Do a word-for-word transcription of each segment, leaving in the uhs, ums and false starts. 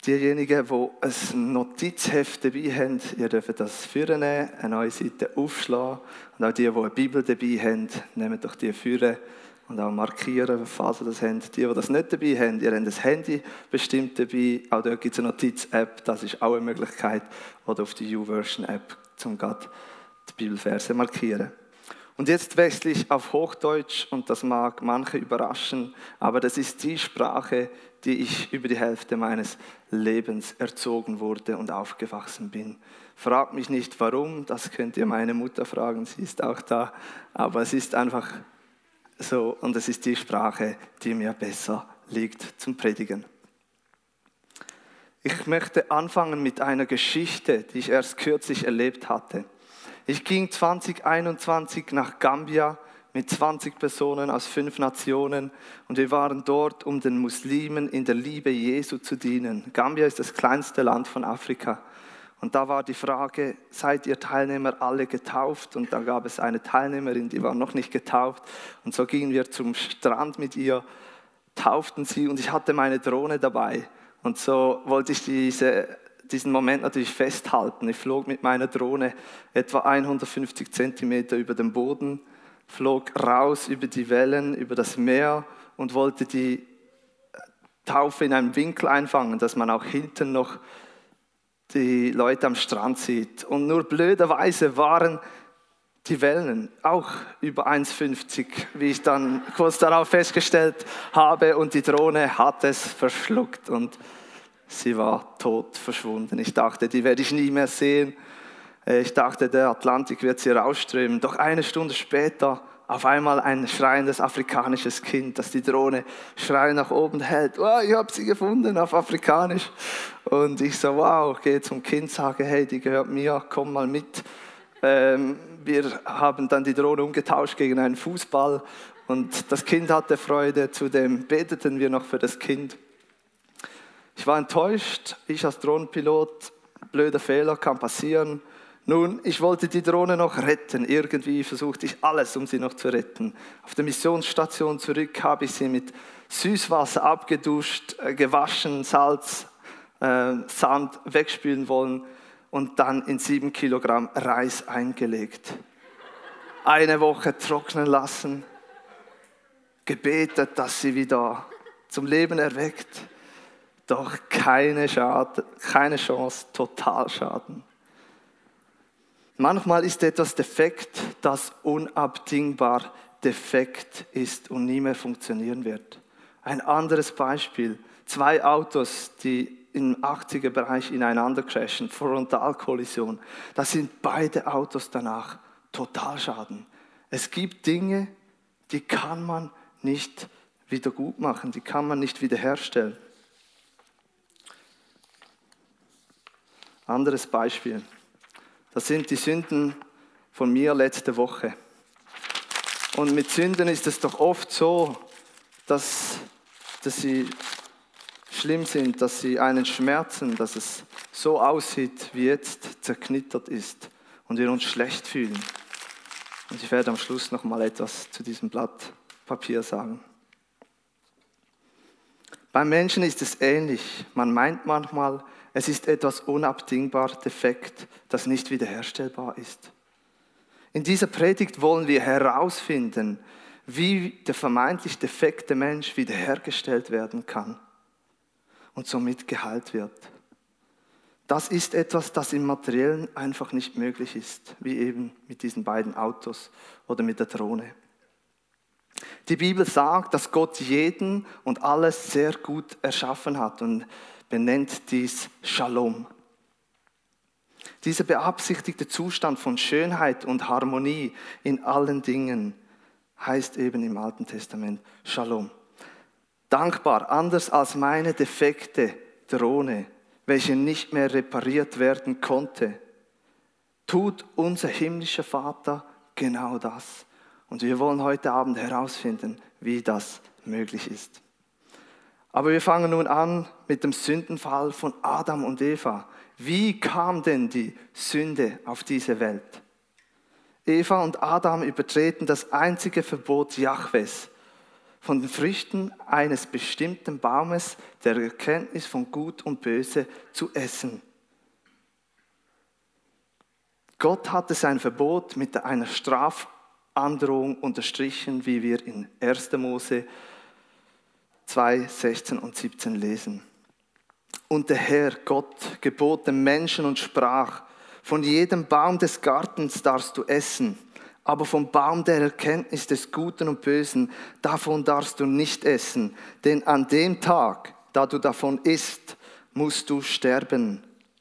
Diejenigen, die ein Notizheft dabei haben, ihr dürft das führen, eine neue Seite aufschlagen. Und auch die, die eine Bibel dabei haben, nehmt doch die führen und auch markieren, falls ihr das habt. Die, die das nicht dabei haben, ihr habt das Handy bestimmt dabei. Auch dort gibt es eine Notiz-App, das ist auch eine Möglichkeit. Oder auf die YouVersion-App, um gerade die Bibelverse zu markieren. Und jetzt wechsle ich auf Hochdeutsch und das mag manche überraschen, aber das ist die Sprache, die ich über die Hälfte meines Lebens erzogen wurde und aufgewachsen bin. Fragt mich nicht warum, das könnt ihr meine Mutter fragen, sie ist auch da, aber es ist einfach so und es ist die Sprache, die mir besser liegt zum Predigen. Ich möchte anfangen mit einer Geschichte, die ich erst kürzlich erlebt hatte. Ich ging zwanzig einundzwanzig nach Gambia mit zwanzig Personen aus fünf Nationen und wir waren dort, um den Muslimen in der Liebe Jesu zu dienen. Gambia ist das kleinste Land von Afrika. Und da war die Frage, seid ihr Teilnehmer alle getauft? Und da gab es eine Teilnehmerin, die war noch nicht getauft. Und so gingen wir zum Strand mit ihr, tauften sie und ich hatte meine Drohne dabei. Und so wollte ich diese... diesen Moment natürlich festhalten. Ich flog mit meiner Drohne etwa hundertfünfzig Zentimeter über den Boden, flog raus über die Wellen, über das Meer und wollte die Taufe in einem Winkel einfangen, dass man auch hinten noch die Leute am Strand sieht. Und nur blöderweise waren die Wellen auch über eins Komma fünfzig, wie ich dann kurz darauf festgestellt habe, und die Drohne hat es verschluckt und sie war tot verschwunden. Ich dachte, die werde ich nie mehr sehen. Ich dachte, der Atlantik wird sie rausströmen. Doch eine Stunde später auf einmal ein schreiendes afrikanisches Kind, das die Drohne schreiend nach oben hält. Oh, ich habe sie gefunden auf Afrikanisch. Und ich so, wow, gehe zum Kind, sage, hey, die gehört mir, komm mal mit. Ähm, wir haben dann die Drohne umgetauscht gegen einen Fußball. Und das Kind hatte Freude. Zudem beteten wir noch für das Kind. Ich war enttäuscht, ich als Drohnenpilot, blöder Fehler, kann passieren. Nun, ich wollte die Drohne noch retten, irgendwie versuchte ich alles, um sie noch zu retten. Auf der Missionsstation zurück habe ich sie mit Süßwasser abgeduscht, gewaschen, Salz, äh, Sand wegspülen wollen und dann in sieben Kilogramm Reis eingelegt. Eine Woche trocknen lassen, gebetet, dass sie wieder zum Leben erweckt. Doch keine, Schade, keine Chance, Totalschaden. Manchmal ist etwas defekt, das unabdingbar defekt ist und nie mehr funktionieren wird. Ein anderes Beispiel, zwei Autos, die im achtziger Bereich ineinander crashen, Frontalkollision, da sind beide Autos danach Totalschaden. Es gibt Dinge, die kann man nicht wieder gut machen, die kann man nicht wiederherstellen. Anderes Beispiel. Das sind die Sünden von mir letzte Woche. Und mit Sünden ist es doch oft so, dass, dass sie schlimm sind, dass sie einen schmerzen, dass es so aussieht, wie jetzt zerknittert ist und wir uns schlecht fühlen. Und ich werde am Schluss noch mal etwas zu diesem Blatt Papier sagen. Beim Menschen ist es ähnlich. Man meint manchmal, es ist etwas unabdingbar defekt, das nicht wiederherstellbar ist. In dieser Predigt wollen wir herausfinden, wie der vermeintlich defekte Mensch wiederhergestellt werden kann und somit geheilt wird. Das ist etwas, das im Materiellen einfach nicht möglich ist, wie eben mit diesen beiden Autos oder mit der Drohne. Die Bibel sagt, dass Gott jeden und alles sehr gut erschaffen hat und benennt dies Shalom. Dieser beabsichtigte Zustand von Schönheit und Harmonie in allen Dingen heißt eben im Alten Testament Shalom. Dankbar, anders als meine defekte Drohne, welche nicht mehr repariert werden konnte, tut unser himmlischer Vater genau das. Und wir wollen heute Abend herausfinden, wie das möglich ist. Aber wir fangen nun an mit dem Sündenfall von Adam und Eva. Wie kam denn die Sünde auf diese Welt? Eva und Adam übertreten das einzige Verbot Jahwes, von den Früchten eines bestimmten Baumes der Erkenntnis von Gut und Böse zu essen. Gott hatte sein Verbot mit einer Strafandrohung unterstrichen, wie wir in erster Mose zwei, sechzehn und siebzehn lesen. Und der Herr, Gott, gebot dem Menschen und sprach, von jedem Baum des Gartens darfst du essen, aber vom Baum der Erkenntnis des Guten und Bösen, davon darfst du nicht essen, denn an dem Tag, da du davon isst, musst du sterben.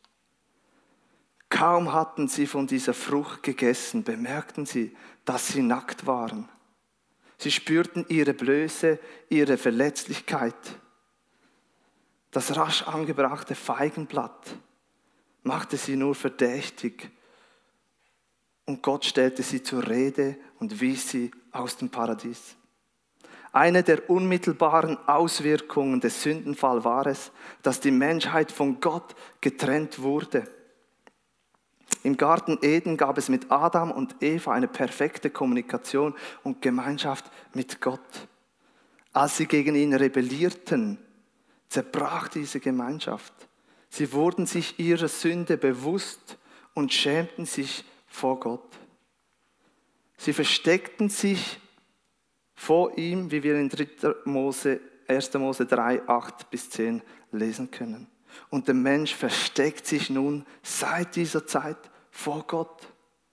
Kaum hatten sie von dieser Frucht gegessen, bemerkten sie, dass sie nackt waren. Sie spürten ihre Blöße, ihre Verletzlichkeit. Das rasch angebrachte Feigenblatt machte sie nur verdächtig. Und Gott stellte sie zur Rede und wies sie aus dem Paradies. Eine der unmittelbaren Auswirkungen des Sündenfalls war es, dass die Menschheit von Gott getrennt wurde. Im Garten Eden gab es mit Adam und Eva eine perfekte Kommunikation und Gemeinschaft mit Gott. Als sie gegen ihn rebellierten, zerbrach diese Gemeinschaft. Sie wurden sich ihrer Sünde bewusst und schämten sich vor Gott. Sie versteckten sich vor ihm, wie wir in dritter Mose, erster Mose drei, acht bis zehn lesen können. Und der Mensch versteckt sich nun seit dieser Zeit vor Gott.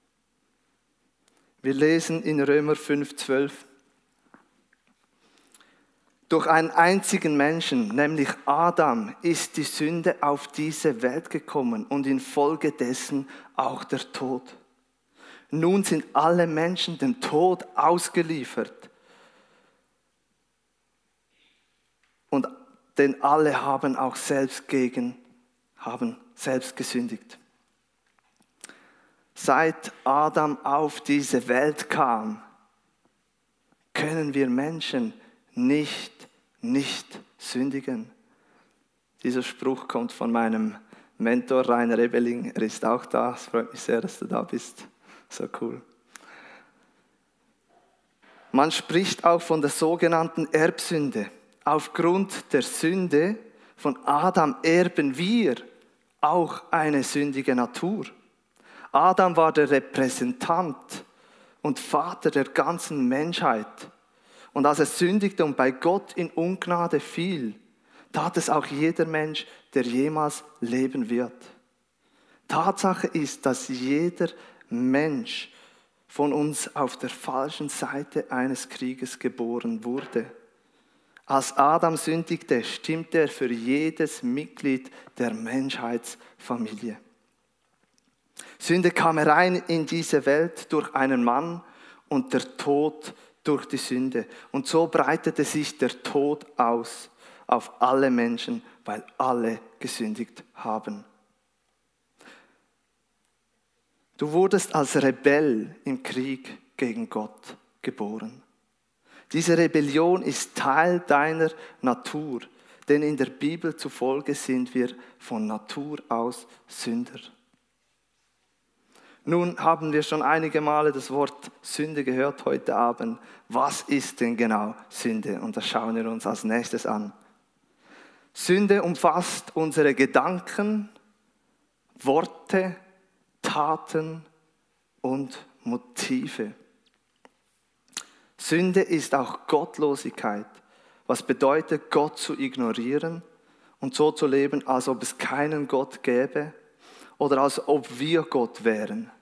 Wir lesen in Römer fünf, zwölf. Durch einen einzigen Menschen, nämlich Adam, ist die Sünde auf diese Welt gekommen und infolgedessen auch der Tod. Nun sind alle Menschen dem Tod ausgeliefert. Und denn alle haben auch selbst gegen, haben selbst gesündigt. Seit Adam auf diese Welt kam, können wir Menschen nicht, nicht sündigen. Dieser Spruch kommt von meinem Mentor Rainer Ebeling. Er ist auch da. Es freut mich sehr, dass du da bist. So cool. Man spricht auch von der sogenannten Erbsünde. Aufgrund der Sünde von Adam erben wir auch eine sündige Natur. Adam war der Repräsentant und Vater der ganzen Menschheit. Und als er sündigte und bei Gott in Ungnade fiel, tat es auch jeder Mensch, der jemals leben wird. Tatsache ist, dass jeder Mensch von uns auf der falschen Seite eines Krieges geboren wurde. Als Adam sündigte, stimmte er für jedes Mitglied der Menschheitsfamilie. Sünde kam herein in diese Welt durch einen Mann und der Tod durch die Sünde. Und so breitete sich der Tod aus auf alle Menschen, weil alle gesündigt haben. Du wurdest als Rebell im Krieg gegen Gott geboren. Diese Rebellion ist Teil deiner Natur, denn in der Bibel zufolge sind wir von Natur aus Sünder. Nun haben wir schon einige Male das Wort Sünde gehört heute Abend. Was ist denn genau Sünde? Und das schauen wir uns als nächstes an. Sünde umfasst unsere Gedanken, Worte, Taten und Motive. Sünde ist auch Gottlosigkeit, was bedeutet, Gott zu ignorieren und so zu leben, als ob es keinen Gott gäbe oder als ob wir Gott wären.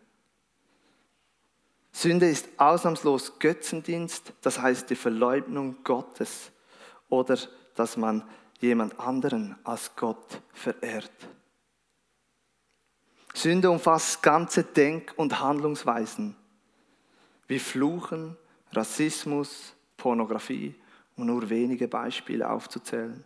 Sünde ist ausnahmslos Götzendienst, das heißt die Verleugnung Gottes oder dass man jemand anderen als Gott verehrt. Sünde umfasst ganze Denk- und Handlungsweisen wie Fluchen, Rassismus, Pornografie, um nur wenige Beispiele aufzuzählen.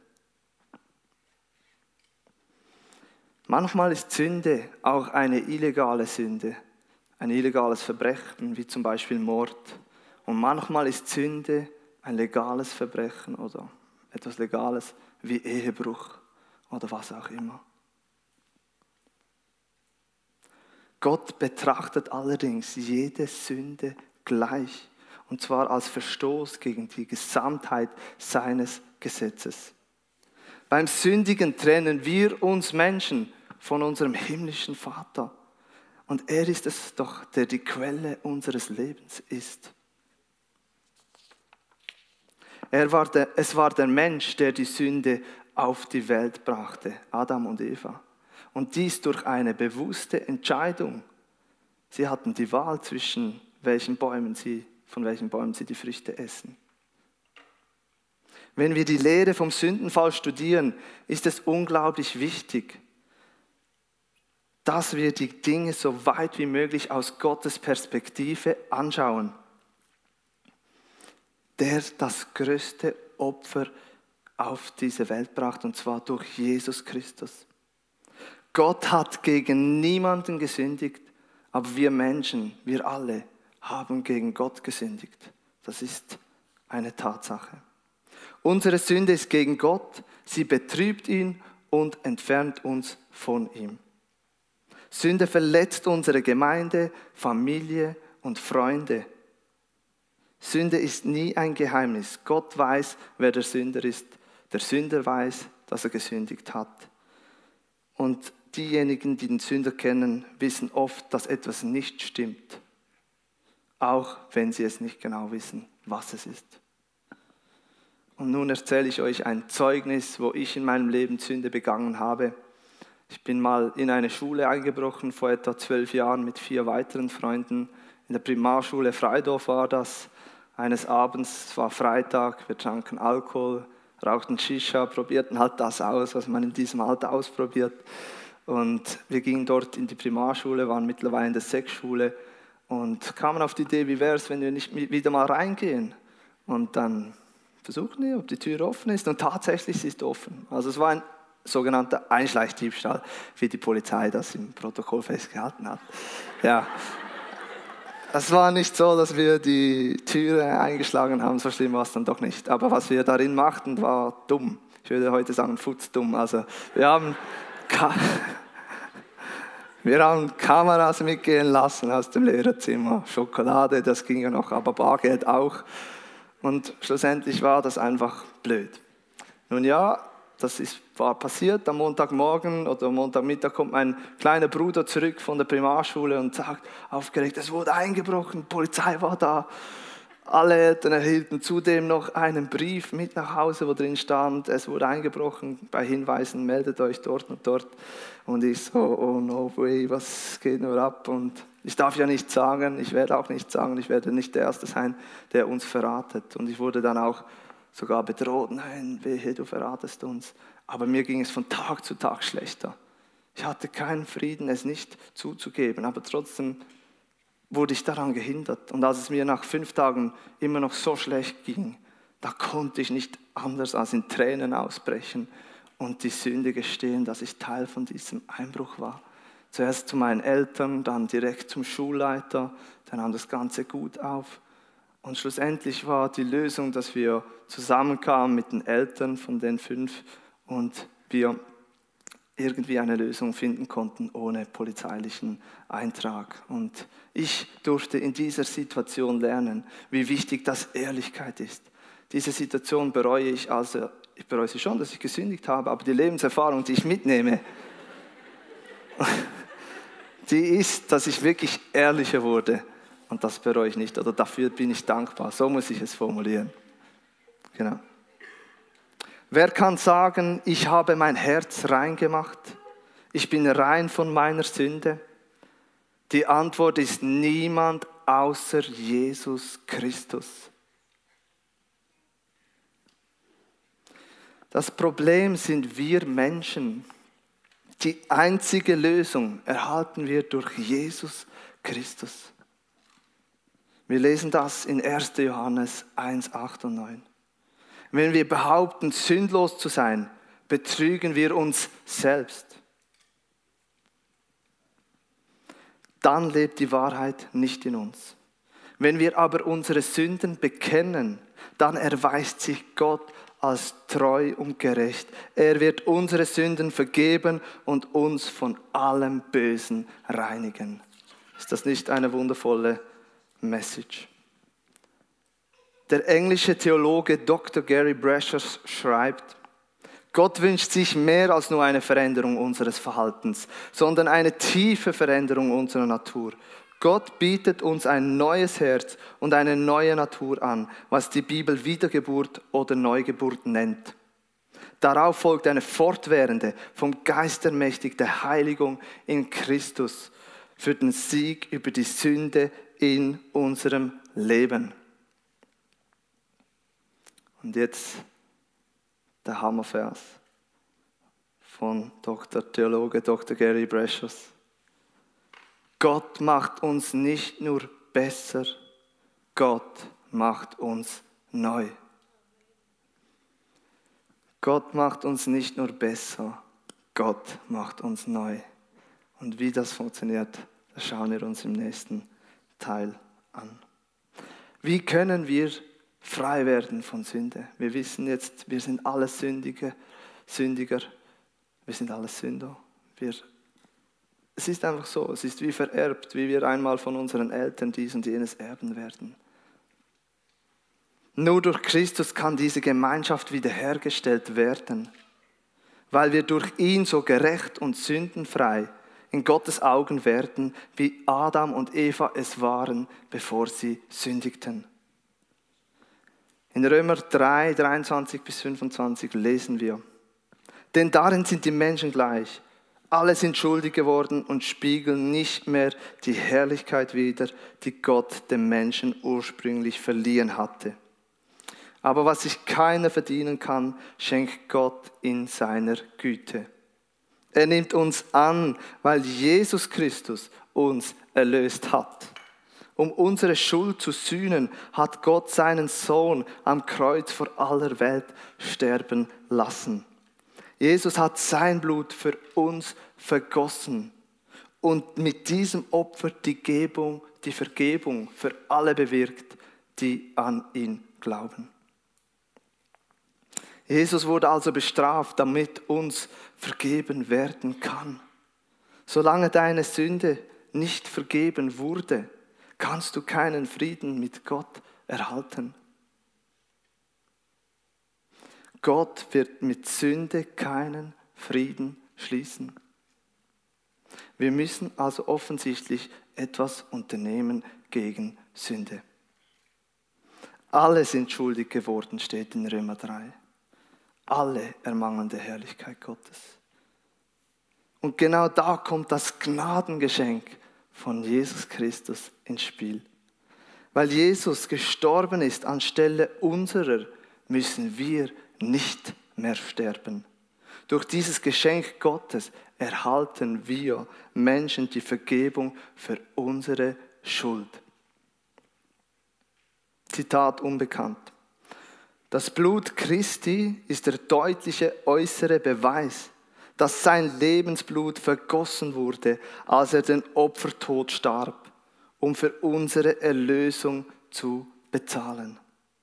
Manchmal ist Sünde auch eine illegale Sünde, ein illegales Verbrechen, wie zum Beispiel Mord. Und manchmal ist Sünde ein legales Verbrechen oder etwas Legales wie Ehebruch oder was auch immer. Gott betrachtet allerdings jede Sünde gleich Und zwar als Verstoß gegen die Gesamtheit seines Gesetzes. Beim Sündigen trennen wir uns Menschen von unserem himmlischen Vater. Und er ist es doch, der die Quelle unseres Lebens ist. Er war der, es war der Mensch, der die Sünde auf die Welt brachte, Adam und Eva. Und dies durch eine bewusste Entscheidung. Sie hatten die Wahl zwischen welchen Bäumen sie, von welchen Bäumen sie die Früchte essen. Wenn wir die Lehre vom Sündenfall studieren, ist es unglaublich wichtig, dass wir die Dinge so weit wie möglich aus Gottes Perspektive anschauen. Der das größte Opfer auf diese Welt brachte, und zwar durch Jesus Christus. Gott hat gegen niemanden gesündigt, aber wir Menschen, wir alle, haben gegen Gott gesündigt. Das ist eine Tatsache. Unsere Sünde ist gegen Gott, sie betrübt ihn und entfernt uns von ihm. Sünde verletzt unsere Gemeinde, Familie und Freunde. Sünde ist nie ein Geheimnis. Gott weiß, wer der Sünder ist. Der Sünder weiß, dass er gesündigt hat. Und diejenigen, die den Sünder kennen, wissen oft, dass etwas nicht stimmt. Auch wenn sie es nicht genau wissen, was es ist. Und nun erzähle ich euch ein Zeugnis, wo ich in meinem Leben Sünde begangen habe. Ich bin mal in eine Schule eingebrochen, vor etwa zwölf Jahren mit vier weiteren Freunden. In der Primarschule Freidorf war das. Eines Abends, es war Freitag, wir tranken Alkohol, rauchten Shisha, probierten halt das aus, was man in diesem Alter ausprobiert. Und wir gingen dort in die Primarschule, waren mittlerweile in der Sechsschule und kamen auf die Idee, wie wäre es, wenn wir nicht wieder mal reingehen? Und dann versuchen wir, ob die Tür offen ist, und tatsächlich sie ist offen. Also es war ein sogenannter Einschleichdiebstahl, wie die Polizei das im Protokoll festgehalten hat. Ja. Es war nicht so, dass wir die Türe eingeschlagen haben, so schlimm war es dann doch nicht. Aber was wir darin machten, war dumm. Ich würde heute sagen, futzdumm. Also wir haben, Ka- wir haben Kameras mitgehen lassen aus dem Lehrerzimmer, Schokolade, das ging ja noch, aber Bargeld auch. Und schlussendlich war das einfach blöd. Nun ja, das ist, war passiert. Am Montagmorgen oder am Montagmittag kommt mein kleiner Bruder zurück von der Primarschule und sagt aufgeregt, es wurde eingebrochen, die Polizei war da. Alle Eltern erhielten zudem noch einen Brief mit nach Hause, wo drin stand, es wurde eingebrochen, bei Hinweisen meldet euch dort und dort. Und ich so, oh no way, was geht nur ab? Und ich darf ja nicht sagen, ich werde auch nicht sagen, ich werde nicht der Erste sein, der uns verratet. Und ich wurde dann auch sogar bedroht, nein, wehe, du verratest uns. Aber mir ging es von Tag zu Tag schlechter. Ich hatte keinen Frieden, es nicht zuzugeben, aber trotzdem wurde ich daran gehindert. Und als es mir nach fünf Tagen immer noch so schlecht ging, da konnte ich nicht anders als in Tränen ausbrechen und die Sünde gestehen, dass ich Teil von diesem Einbruch war. Zuerst zu meinen Eltern, dann direkt zum Schulleiter, der nahm das Ganze gut auf. Und schlussendlich war die Lösung, dass wir zusammenkamen mit den Eltern von den fünf und wir irgendwie eine Lösung finden konnten ohne polizeilichen Eintrag. Und ich durfte in dieser Situation lernen, wie wichtig das Ehrlichkeit ist. Diese Situation bereue ich, also ich bereue sie schon, dass ich gesündigt habe, aber die Lebenserfahrung, die ich mitnehme, die ist, dass ich wirklich ehrlicher wurde. Und das bereue ich nicht, oder dafür bin ich dankbar. So muss ich es formulieren. Genau. Wer kann sagen, ich habe mein Herz rein gemacht? Ich bin rein von meiner Sünde? Die Antwort ist niemand außer Jesus Christus. Das Problem sind wir Menschen. Die einzige Lösung erhalten wir durch Jesus Christus. Wir lesen das in erster Johannes eins, acht und neun. Wenn wir behaupten, sündlos zu sein, betrügen wir uns selbst. Dann lebt die Wahrheit nicht in uns. Wenn wir aber unsere Sünden bekennen, dann erweist sich Gott als treu und gerecht. Er wird unsere Sünden vergeben und uns von allem Bösen reinigen. Ist das nicht eine wundervolle Message? Der englische Theologe Doktor Gary Brescher schreibt: Gott wünscht sich mehr als nur eine Veränderung unseres Verhaltens, sondern eine tiefe Veränderung unserer Natur. Gott bietet uns ein neues Herz und eine neue Natur an, was die Bibel Wiedergeburt oder Neugeburt nennt. Darauf folgt eine fortwährende, vom Geist ermächtigte Heiligung in Christus für den Sieg über die Sünde in unserem Leben. Und jetzt der Hammervers von Doktor Theologe Doktor Gary Brescher. Gott macht uns nicht nur besser, Gott macht uns neu. Gott macht uns nicht nur besser, Gott macht uns neu. Und wie das funktioniert, das schauen wir uns im nächsten Teil an. Wie können wir frei werden von Sünde? Wir wissen jetzt, wir sind alle Sündige, Sündiger, wir sind alle Sünder. Wir, es ist einfach so, es ist wie vererbt, wie wir einmal von unseren Eltern dies und jenes erben werden. Nur durch Christus kann diese Gemeinschaft wiederhergestellt werden, weil wir durch ihn so gerecht und sündenfrei in Gottes Augen werden, wie Adam und Eva es waren, bevor sie sündigten. In Römer drei, dreiundzwanzig bis fünfundzwanzig lesen wir: Denn darin sind die Menschen gleich. Alle sind schuldig geworden und spiegeln nicht mehr die Herrlichkeit wider, die Gott dem Menschen ursprünglich verliehen hatte. Aber was sich keiner verdienen kann, schenkt Gott in seiner Güte. Er nimmt uns an, weil Jesus Christus uns erlöst hat. Um unsere Schuld zu sühnen, hat Gott seinen Sohn am Kreuz vor aller Welt sterben lassen. Jesus hat sein Blut für uns vergossen und mit diesem Opfer die Gebung, die Vergebung für alle bewirkt, die an ihn glauben. Jesus wurde also bestraft, damit uns vergeben werden kann. Solange deine Sünde nicht vergeben wurde, kannst du keinen Frieden mit Gott erhalten. Gott wird mit Sünde keinen Frieden schließen. Wir müssen also offensichtlich etwas unternehmen gegen Sünde. Alle sind schuldig geworden, steht in Römer drei. Alle ermangeln der Herrlichkeit Gottes. Und genau da kommt das Gnadengeschenk von Jesus Christus ins Spiel. Weil Jesus gestorben ist anstelle unserer, müssen wir nicht mehr sterben. Durch dieses Geschenk Gottes erhalten wir Menschen die Vergebung für unsere Schuld. Zitat unbekannt. Das Blut Christi ist der deutliche äußere Beweis, dass sein Lebensblut vergossen wurde, als er den Opfertod starb, um für unsere Erlösung zu bezahlen.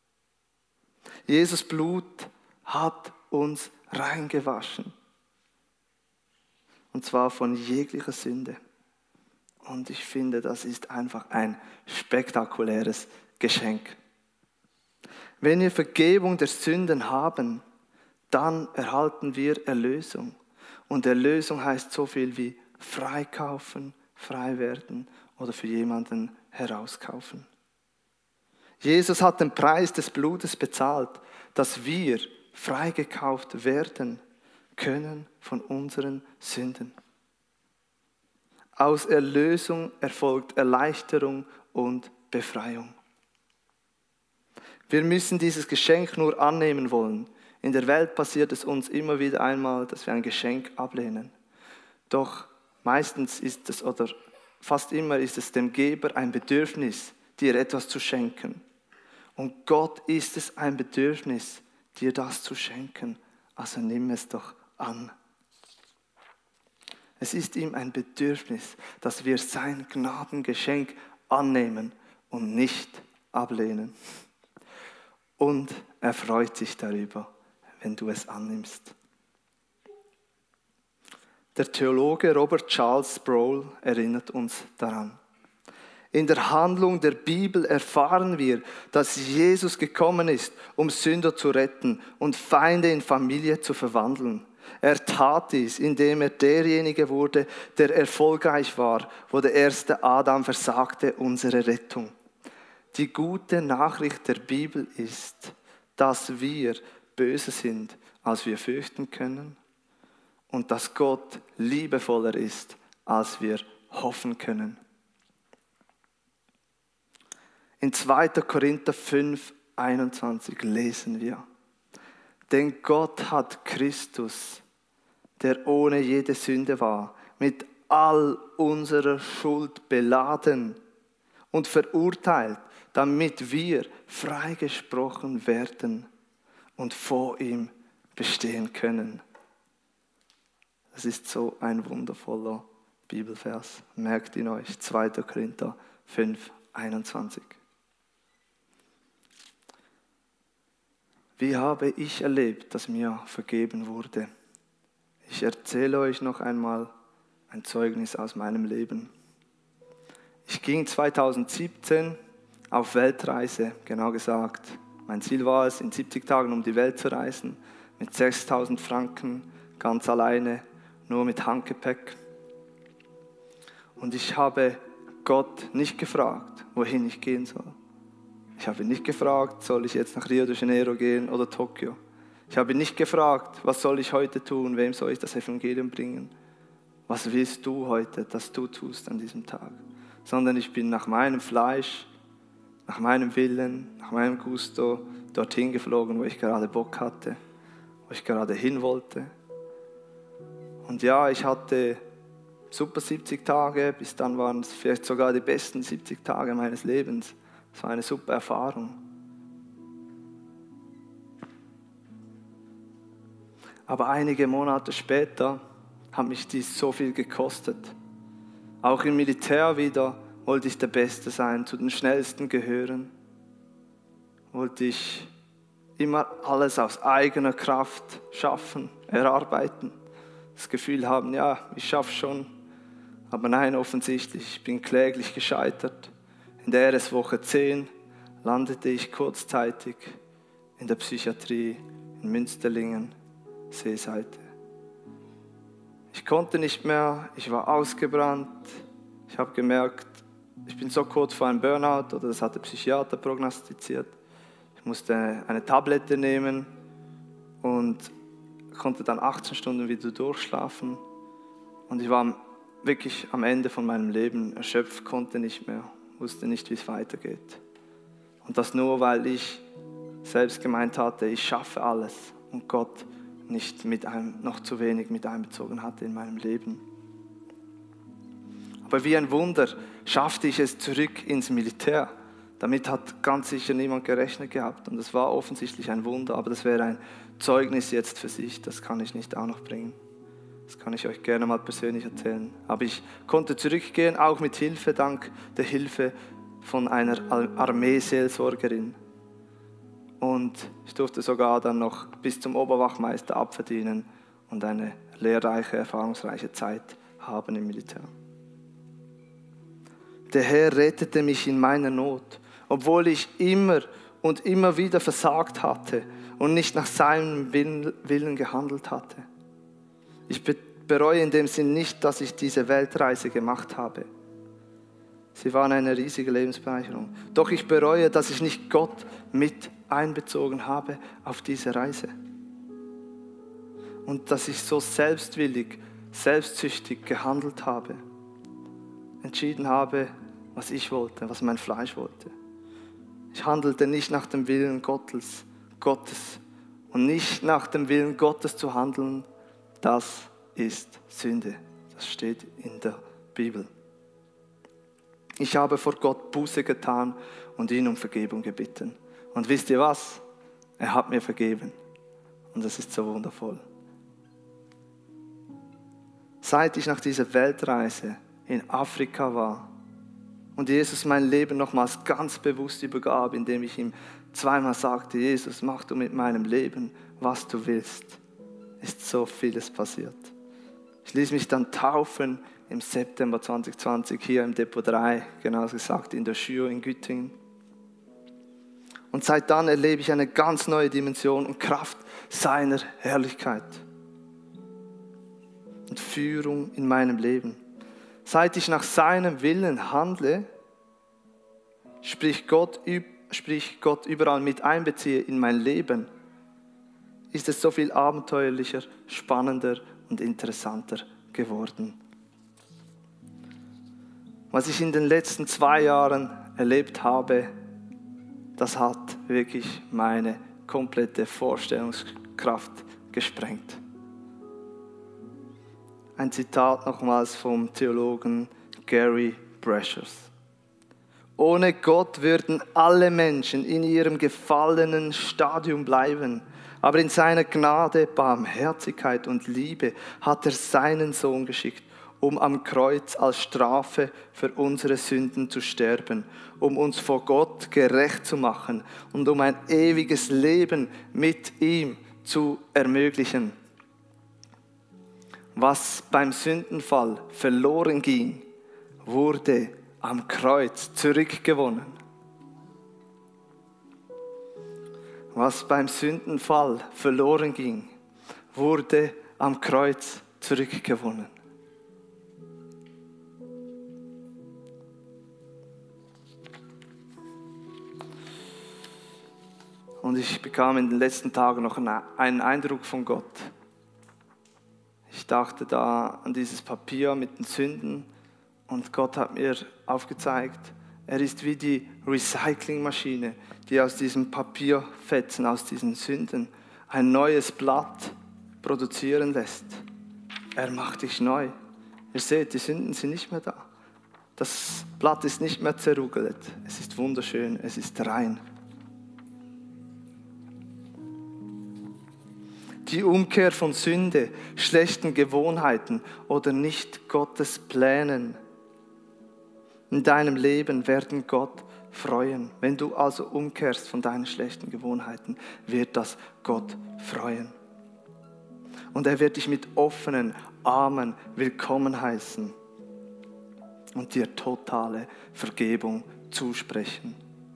Jesus Blut hat uns reingewaschen. Und zwar von jeglicher Sünde. Und ich finde, das ist einfach ein spektakuläres Geschenk. Wenn wir Vergebung der Sünden haben, dann erhalten wir Erlösung. Und Erlösung heißt so viel wie freikaufen, frei werden oder für jemanden herauskaufen. Jesus hat den Preis des Blutes bezahlt, dass wir freigekauft werden können von unseren Sünden. Aus Erlösung erfolgt Erleichterung und Befreiung. Wir müssen dieses Geschenk nur annehmen wollen. In der Welt passiert es uns immer wieder einmal, dass wir ein Geschenk ablehnen. Doch meistens ist es, oder fast immer ist es dem Geber ein Bedürfnis, dir etwas zu schenken. Und Gott ist es ein Bedürfnis, dir das zu schenken. Also nimm es doch an. Es ist ihm ein Bedürfnis, dass wir sein Gnadengeschenk annehmen und nicht ablehnen. Und er freut sich darüber, wenn du es annimmst. Der Theologe Robert Charles Sproul erinnert uns daran. In der Handlung der Bibel erfahren wir, dass Jesus gekommen ist, um Sünder zu retten und Feinde in Familie zu verwandeln. Er tat dies, indem er derjenige wurde, der erfolgreich war, wo der erste Adam versagte, unsere Rettung. Die gute Nachricht der Bibel ist, dass wir böse sind, als wir fürchten können, und dass Gott liebevoller ist, als wir hoffen können. In zweiter Korinther fünf, einundzwanzig lesen wir: Denn Gott hat Christus, der ohne jede Sünde war, mit all unserer Schuld beladen und verurteilt, damit wir freigesprochen werden und vor ihm bestehen können. Das ist so ein wundervoller Bibelvers. Merkt ihn euch, zweiter Korinther fünf, einundzwanzig. Wie habe ich erlebt, dass mir vergeben wurde? Ich erzähle euch noch einmal ein Zeugnis aus meinem Leben. Ich ging zweitausendsiebzehn auf Weltreise, genau gesagt. Mein Ziel war es, in siebzig Tagen um die Welt zu reisen, mit sechstausend Franken, ganz alleine, nur mit Handgepäck. Und ich habe Gott nicht gefragt, wohin ich gehen soll. Ich habe ihn nicht gefragt, soll ich jetzt nach Rio de Janeiro gehen oder Tokio. Ich habe ihn nicht gefragt, was soll ich heute tun, wem soll ich das Evangelium bringen. Was willst du heute, dass du tust an diesem Tag? Sondern ich bin nach meinem Fleisch, nach meinem Willen, nach meinem Gusto dorthin geflogen, wo ich gerade Bock hatte, wo ich gerade hin wollte. Und ja, ich hatte super siebzig Tage, bis dann waren es vielleicht sogar die besten siebzig Tage meines Lebens. Es war eine super Erfahrung. Aber einige Monate später hat mich dies so viel gekostet. Auch im Militär wieder wollte ich der Beste sein, zu den Schnellsten gehören. Wollte ich immer alles aus eigener Kraft schaffen, erarbeiten. Das Gefühl haben, ja, ich schaffe schon. Aber nein, offensichtlich, ich bin kläglich gescheitert. In der R S-Woche zehn landete ich kurzzeitig in der Psychiatrie in Münsterlingen, Seeseite. Ich konnte nicht mehr, ich war ausgebrannt. Ich habe gemerkt, ich bin so kurz vor einem Burnout, oder das hat der Psychiater prognostiziert. Ich musste eine Tablette nehmen und konnte dann achtzehn Stunden wieder durchschlafen. Und ich war wirklich am Ende von meinem Leben erschöpft, konnte nicht mehr, wusste nicht, wie es weitergeht. Und das nur, weil ich selbst gemeint hatte, ich schaffe alles und Gott nicht mit einem, noch zu wenig mit einbezogen hatte in meinem Leben. Aber wie ein Wunder schaffte ich es zurück ins Militär. Damit hat ganz sicher niemand gerechnet gehabt. Und es war offensichtlich ein Wunder, aber das wäre ein Zeugnis jetzt für sich. Das kann ich nicht auch noch bringen. Das kann ich euch gerne mal persönlich erzählen. Aber ich konnte zurückgehen, auch mit Hilfe, dank der Hilfe von einer Armeeseelsorgerin. Und ich durfte sogar dann noch bis zum Oberwachmeister abverdienen und eine lehrreiche, erfahrungsreiche Zeit haben im Militär. Der Herr rettete mich in meiner Not, obwohl ich immer und immer wieder versagt hatte und nicht nach seinem Willen gehandelt hatte. Ich bereue in dem Sinn nicht, dass ich diese Weltreise gemacht habe. Sie waren eine riesige Lebensbereicherung. Doch ich bereue, dass ich nicht Gott mit einbezogen habe auf diese Reise. Und dass ich so selbstwillig, selbstsüchtig gehandelt habe. Entschieden habe, was ich wollte, was mein Fleisch wollte. Ich handelte nicht nach dem Willen Gottes, Gottes. Und nicht nach dem Willen Gottes zu handeln, das ist Sünde. Das steht in der Bibel. Ich habe vor Gott Buße getan und ihn um Vergebung gebeten. Und wisst ihr was? Er hat mir vergeben. Und das ist so wundervoll. Seit ich nach dieser Weltreise in Afrika war und Jesus mein Leben nochmals ganz bewusst übergab, indem ich ihm zweimal sagte, Jesus, mach du mit meinem Leben, was du willst, ist so vieles passiert. Ich ließ mich dann taufen im September zwanzig zwanzig hier im Depot drei, genauso gesagt in der Schür in Güttingen. Und seit dann erlebe ich eine ganz neue Dimension und Kraft seiner Herrlichkeit und Führung in meinem Leben. Seit ich nach seinem Willen handle, sprich Gott, sprich Gott überall mit einbeziehe in mein Leben, ist es so viel abenteuerlicher, spannender und interessanter geworden. Was ich in den letzten zwei Jahren erlebt habe, das hat wirklich meine komplette Vorstellungskraft gesprengt. Ein Zitat nochmals vom Theologen Gary Breshears. Ohne Gott würden alle Menschen in ihrem gefallenen Stadium bleiben, aber in seiner Gnade, Barmherzigkeit und Liebe hat er seinen Sohn geschickt, um am Kreuz als Strafe für unsere Sünden zu sterben, um uns vor Gott gerecht zu machen und um ein ewiges Leben mit ihm zu ermöglichen. Was beim Sündenfall verloren ging, wurde am Kreuz zurückgewonnen. Was beim Sündenfall verloren ging, wurde am Kreuz zurückgewonnen. Und ich bekam in den letzten Tagen noch einen Eindruck von Gott. Ich dachte da an dieses Papier mit den Sünden und Gott hat mir aufgezeigt, er ist wie die Recyclingmaschine, die aus diesem Papierfetzen, aus diesen Sünden ein neues Blatt produzieren lässt. Er macht dich neu. Ihr seht, die Sünden sind nicht mehr da. Das Blatt ist nicht mehr zerrugelt. Es ist wunderschön, es ist rein. Die Umkehr von Sünde, schlechten Gewohnheiten oder nicht Gottes Plänen in deinem Leben werden Gott freuen. Wenn du also umkehrst von deinen schlechten Gewohnheiten, wird das Gott freuen. Und er wird dich mit offenen Armen willkommen heißen und dir totale Vergebung zusprechen.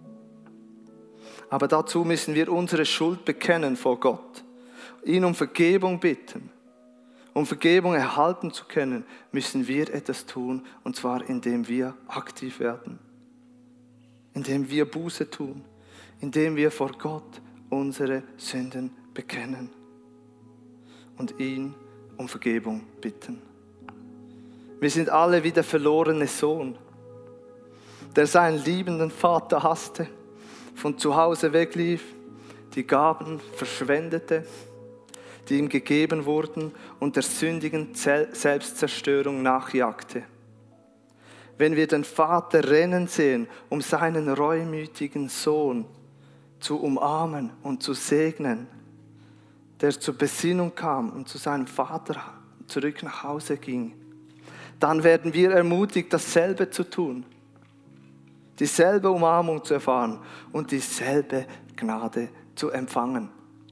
Aber dazu müssen wir unsere Schuld bekennen vor Gott. Ihn um Vergebung bitten. Um Vergebung erhalten zu können, müssen wir etwas tun, und zwar indem wir aktiv werden. Indem wir Buße tun. Indem wir vor Gott unsere Sünden bekennen. Und ihn um Vergebung bitten. Wir sind alle wie der verlorene Sohn, der seinen liebenden Vater hasste, von zu Hause weglief, die Gaben verschwendete, die ihm gegeben wurden und der sündigen Selbstzerstörung nachjagte. Wenn wir den Vater rennen sehen, um seinen reumütigen Sohn zu umarmen und zu segnen, der zur Besinnung kam und zu seinem Vater zurück nach Hause ging, dann werden wir ermutigt, dasselbe zu tun, dieselbe Umarmung zu erfahren und dieselbe Gnade zu empfangen.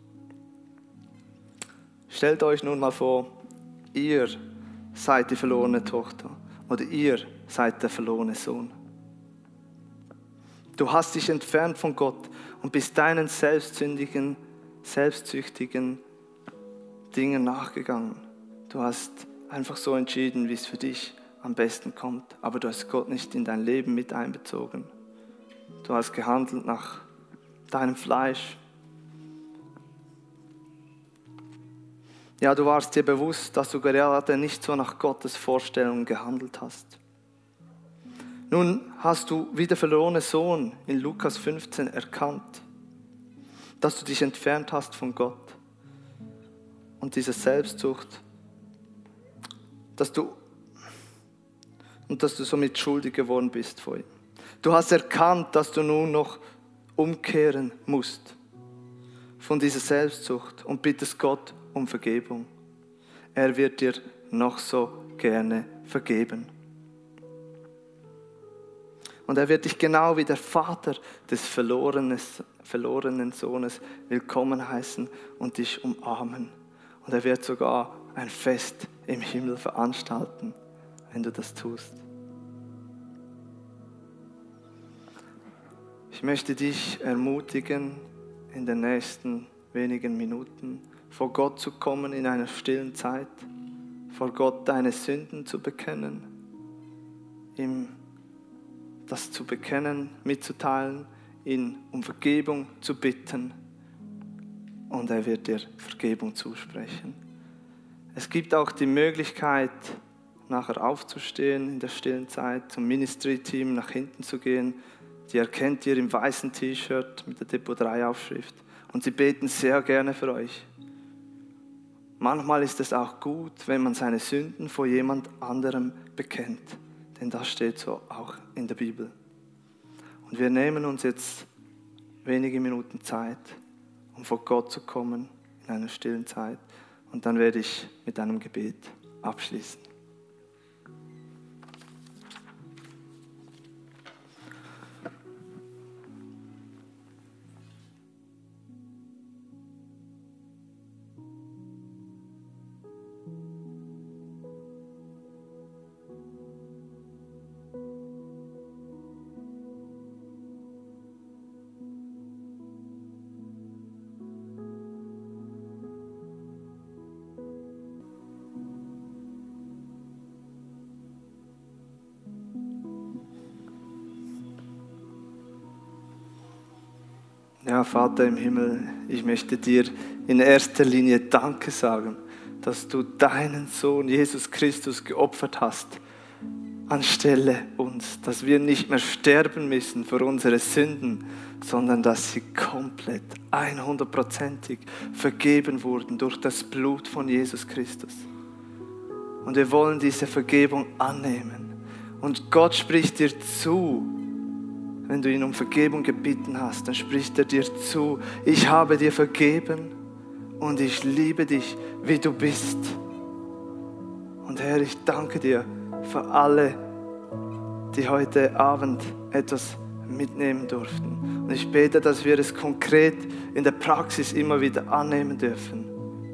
Stellt euch nun mal vor, ihr seid die verlorene Tochter oder ihr seid der verlorene Sohn. Du hast dich entfernt von Gott und bist deinen selbstsündigen, selbstsüchtigen Dingen nachgegangen. Du hast einfach so entschieden, wie es für dich am besten kommt, aber du hast Gott nicht in dein Leben mit einbezogen. Du hast gehandelt nach deinem Fleisch. Ja, du warst dir bewusst, dass du gerade nicht so nach Gottes Vorstellungen gehandelt hast. Nun hast du wie der verlorene Sohn in Lukas fünfzehn erkannt, dass du dich entfernt hast von Gott und diese Selbstsucht, dass du und dass du somit schuldig geworden bist vor ihm. Du hast erkannt, dass du nun noch umkehren musst von dieser Selbstsucht und bittest Gott um Vergebung. Er wird dir noch so gerne vergeben. Und er wird dich genau wie der Vater des verlorenen, verlorenen Sohnes willkommen heißen und dich umarmen. Und er wird sogar ein Fest im Himmel veranstalten, wenn du das tust. Ich möchte dich ermutigen, in den nächsten wenigen Minuten vor Gott zu kommen in einer stillen Zeit, vor Gott deine Sünden zu bekennen, ihm das zu bekennen, mitzuteilen, ihn um Vergebung zu bitten und er wird dir Vergebung zusprechen. Es gibt auch die Möglichkeit, nachher aufzustehen in der stillen Zeit, zum Ministry-Team nach hinten zu gehen. Die erkennt ihr im weißen T-Shirt mit der Depot drei Aufschrift und sie beten sehr gerne für euch. Manchmal ist es auch gut, wenn man seine Sünden vor jemand anderem bekennt, denn das steht so auch in der Bibel. Und wir nehmen uns jetzt wenige Minuten Zeit, um vor Gott zu kommen in einer stillen Zeit und dann werde ich mit einem Gebet abschließen. Ja, Vater im Himmel, ich möchte dir in erster Linie Danke sagen, dass du deinen Sohn Jesus Christus geopfert hast, anstelle uns, dass wir nicht mehr sterben müssen für unsere Sünden, sondern dass sie komplett, hundertprozentig vergeben wurden durch das Blut von Jesus Christus. Und wir wollen diese Vergebung annehmen. Und Gott spricht dir zu, wenn du ihn um Vergebung gebeten hast, dann spricht er dir zu, ich habe dir vergeben und ich liebe dich, wie du bist. Und Herr, ich danke dir für alle, die heute Abend etwas mitnehmen durften. Und ich bete, dass wir es konkret in der Praxis immer wieder annehmen dürfen.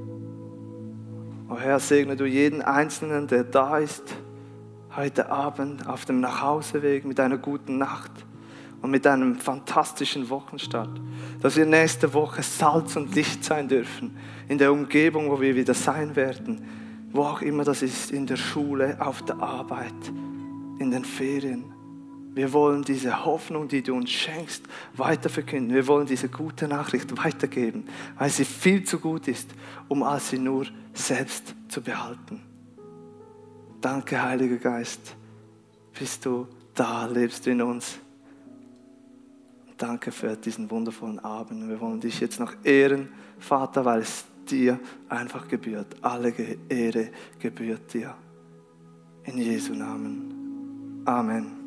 O Herr, segne du jeden Einzelnen, der da ist, heute Abend auf dem Nachhauseweg mit einer guten Nacht. Und mit einem fantastischen Wochenstart, dass wir nächste Woche Salz und Licht sein dürfen, in der Umgebung, wo wir wieder sein werden, wo auch immer das ist, in der Schule, auf der Arbeit, in den Ferien. Wir wollen diese Hoffnung, die du uns schenkst, weiterverkünden. Wir wollen diese gute Nachricht weitergeben, weil sie viel zu gut ist, um als sie nur selbst zu behalten. Danke, Heiliger Geist, bist du da, lebst du in uns. Danke für diesen wundervollen Abend. Wir wollen dich jetzt noch ehren, Vater, weil es dir einfach gebührt. Alle Ehre gebührt dir. In Jesu Namen. Amen.